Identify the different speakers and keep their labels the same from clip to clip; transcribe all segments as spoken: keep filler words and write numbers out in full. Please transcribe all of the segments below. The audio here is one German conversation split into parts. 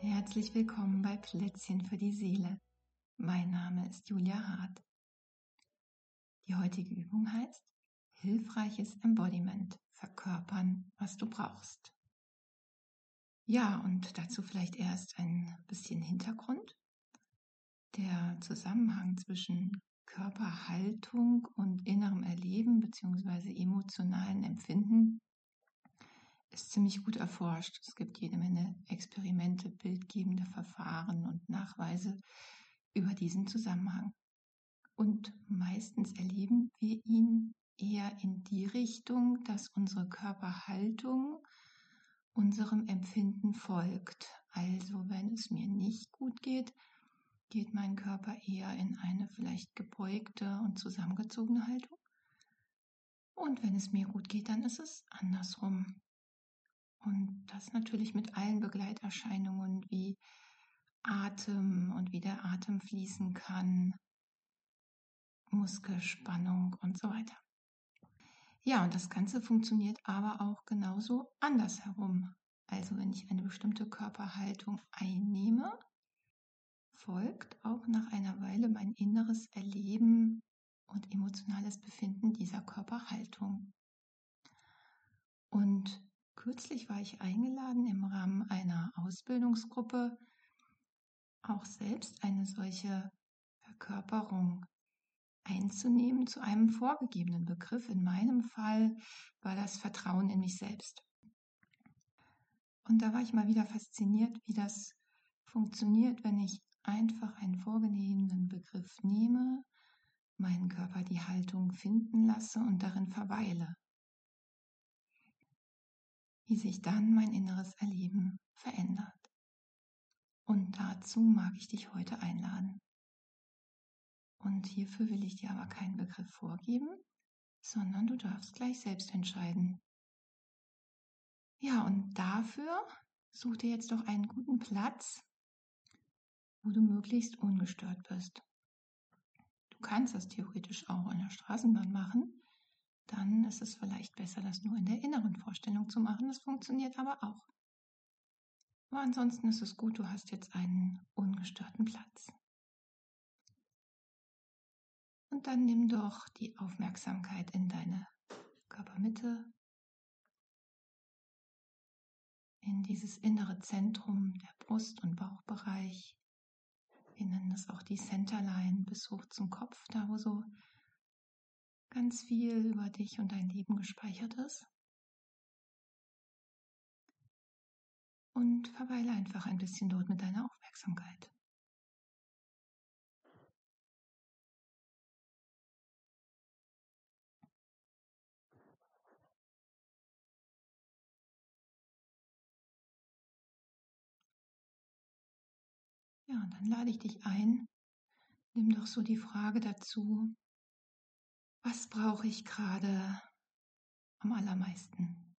Speaker 1: Herzlich willkommen bei Plätzchen für die Seele. Mein Name ist Julia Hart. Die heutige Übung heißt Hilfreiches Embodiment. Verkörpern, was du brauchst. Ja, und dazu vielleicht erst ein bisschen Hintergrund. Der Zusammenhang zwischen Körperhaltung und innerem Erleben bzw. emotionalen Empfinden ist ziemlich gut erforscht. Es gibt jede Menge Experimente, bildgebende Verfahren und Nachweise über diesen Zusammenhang. Und meistens erleben wir ihn eher in die Richtung, dass unsere Körperhaltung unserem Empfinden folgt. Also wenn es mir nicht gut geht, geht mein Körper eher in eine vielleicht gebeugte und zusammengezogene Haltung. Und wenn es mir gut geht, dann ist es andersrum. Und das natürlich mit allen Begleiterscheinungen wie Atem und wie der Atem fließen kann, Muskelspannung und so weiter. Ja, und das Ganze funktioniert aber auch genauso andersherum. Also wenn ich eine bestimmte Körperhaltung einnehme, folgt auch nach einer Weile mein inneres Erleben und emotionales Befinden dieser Körperhaltung. Und kürzlich war ich eingeladen, im Rahmen einer Ausbildungsgruppe auch selbst eine solche Verkörperung einzunehmen zu einem vorgegebenen Begriff. In meinem Fall war das Vertrauen in mich selbst. Und da war ich mal wieder fasziniert, wie das funktioniert, wenn ich einfach einen vorgegebenen Begriff nehme, meinen Körper die Haltung finden lasse und darin verweile. Wie sich dann mein inneres Erleben verändert. Und dazu mag ich dich heute einladen. Und hierfür will ich dir aber keinen Begriff vorgeben, sondern du darfst gleich selbst entscheiden. Ja, und dafür such dir jetzt doch einen guten Platz, wo du möglichst ungestört bist. Du kannst das theoretisch auch in der Straßenbahn machen, dann ist es vielleicht besser, das nur in der inneren Vorstellung zu machen. Das funktioniert aber auch. Aber ansonsten ist es gut, du hast jetzt einen ungestörten Platz. Und dann nimm doch die Aufmerksamkeit in deine Körpermitte, in dieses innere Zentrum der Brust- und Bauchbereich. Wir nennen das auch die Centerline bis hoch zum Kopf, da wo so ganz viel über dich und dein Leben gespeichert ist. Und verweile einfach ein bisschen dort mit deiner Aufmerksamkeit. Ja, und dann lade ich dich ein, nimm doch so die Frage dazu, was brauche ich gerade am allermeisten?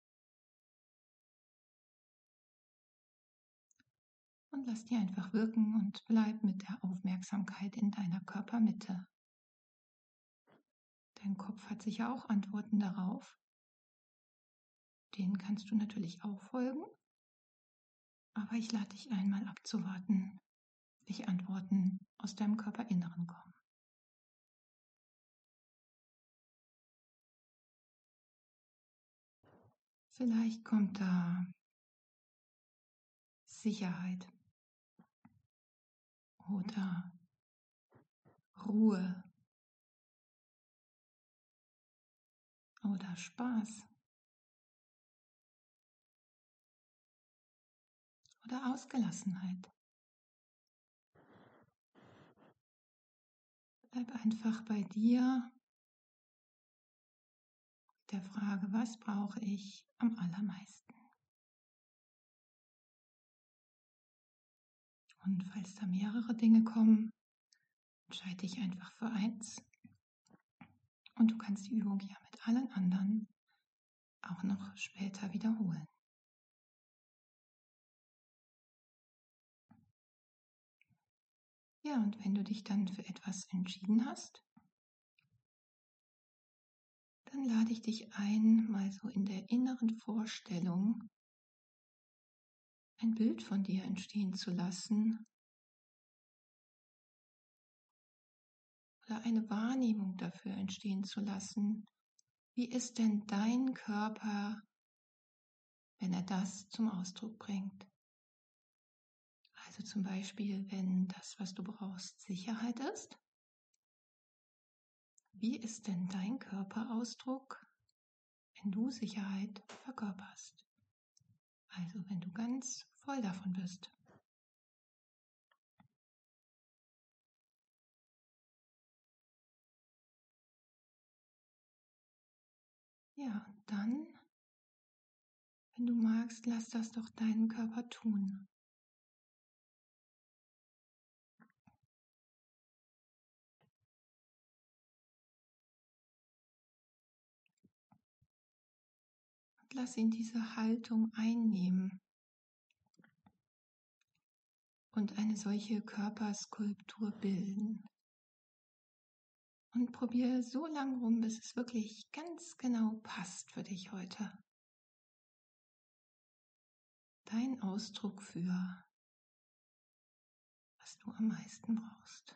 Speaker 1: Und lass die einfach wirken und bleib mit der Aufmerksamkeit in deiner Körpermitte. Dein Kopf hat sicher auch Antworten darauf. Denen kannst du natürlich auch folgen. Aber ich lade dich einmal abzuwarten, welche Antworten aus deinem Körperinneren kommen. Vielleicht kommt da Sicherheit oder Ruhe oder Spaß oder Ausgelassenheit. Bleib einfach bei dir mit der Frage, was brauche ich am allermeisten? Und falls da mehrere Dinge kommen, entscheide dich einfach für eins. Und du kannst die Übung ja mit allen anderen auch noch später wiederholen. Ja, und wenn du dich dann für etwas entschieden hast, dann lade ich dich ein, mal so in der inneren Vorstellung ein Bild von dir entstehen zu lassen oder eine Wahrnehmung dafür entstehen zu lassen. Wie ist denn dein Körper, wenn er das zum Ausdruck bringt? Also zum Beispiel, wenn das, was du brauchst, Sicherheit ist. Wie ist denn dein Körperausdruck, wenn du Sicherheit verkörperst? Also wenn du ganz voll davon bist. Ja, und dann, wenn du magst, lass das doch deinen Körper tun. Und lass ihn diese Haltung einnehmen und eine solche Körperskulptur bilden. Und probiere so lange rum, bis es wirklich ganz genau passt für dich heute. Dein Ausdruck für, was du am meisten brauchst.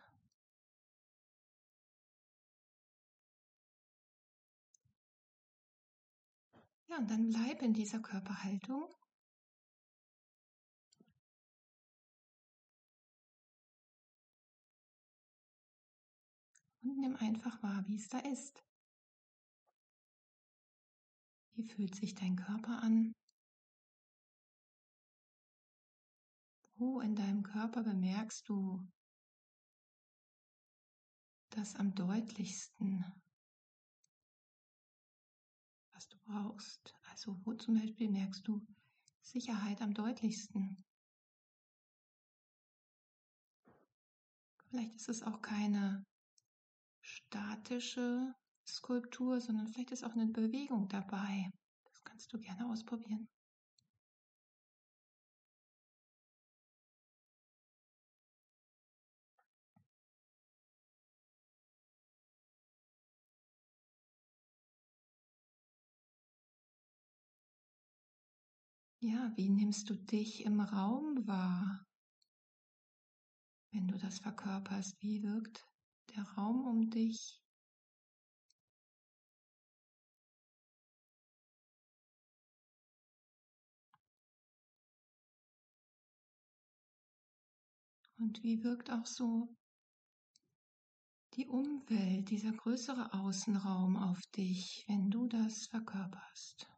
Speaker 1: Ja, und dann bleib in dieser Körperhaltung. Und nimm einfach wahr, wie es da ist. Wie fühlt sich dein Körper an? Wo in deinem Körper bemerkst du das am deutlichsten, was du brauchst? Also wo zum Beispiel merkst du Sicherheit am deutlichsten? Vielleicht ist es auch keine statische Skulptur, sondern vielleicht ist auch eine Bewegung dabei. Das kannst du gerne ausprobieren. Ja, wie nimmst du dich im Raum wahr, wenn du das verkörperst? Wie wirkt der Raum um dich? Und wie wirkt auch so die Umwelt, dieser größere Außenraum auf dich, wenn du das verkörperst?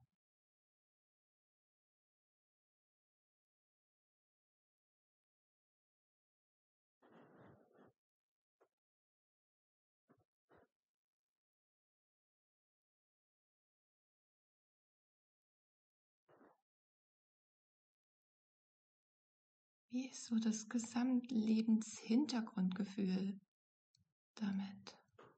Speaker 1: Wie ist so das Gesamtlebenshintergrundgefühl damit?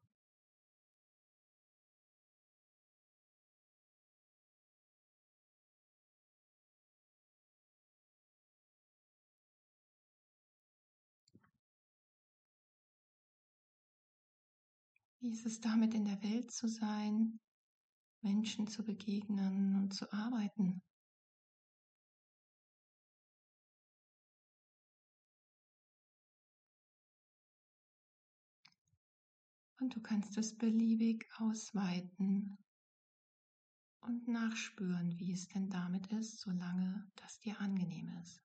Speaker 1: Wie ist es damit, in der Welt zu sein, Menschen zu begegnen und zu arbeiten? Und du kannst es beliebig ausweiten und nachspüren, wie es denn damit ist, solange das dir angenehm ist.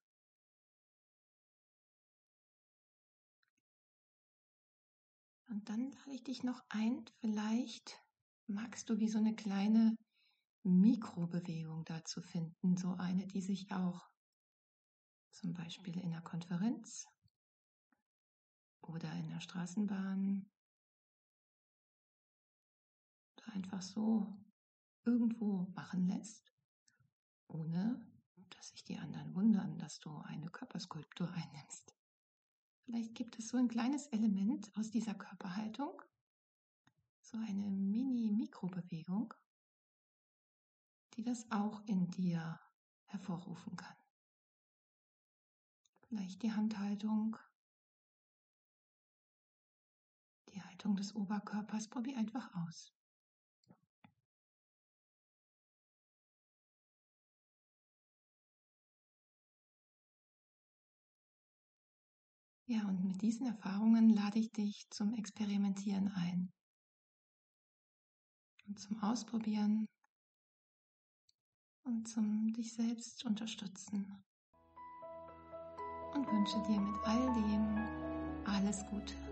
Speaker 1: Und dann lade ich dich noch ein, vielleicht magst du wie so eine kleine Mikrobewegung dazu finden, so eine, die sich auch zum Beispiel in der Konferenz oder in der Straßenbahn oder einfach so irgendwo machen lässt, ohne dass sich die anderen wundern, dass du eine Körperskulptur einnimmst. Vielleicht gibt es so ein kleines Element aus dieser Körperhaltung, so eine Mini-Mikrobewegung, die das auch in dir hervorrufen kann. Vielleicht die Handhaltung, die Haltung des Oberkörpers. Probier einfach aus. Ja, und mit diesen Erfahrungen lade ich dich zum Experimentieren ein und zum Ausprobieren und zum dich selbst unterstützen und wünsche dir mit all dem alles Gute.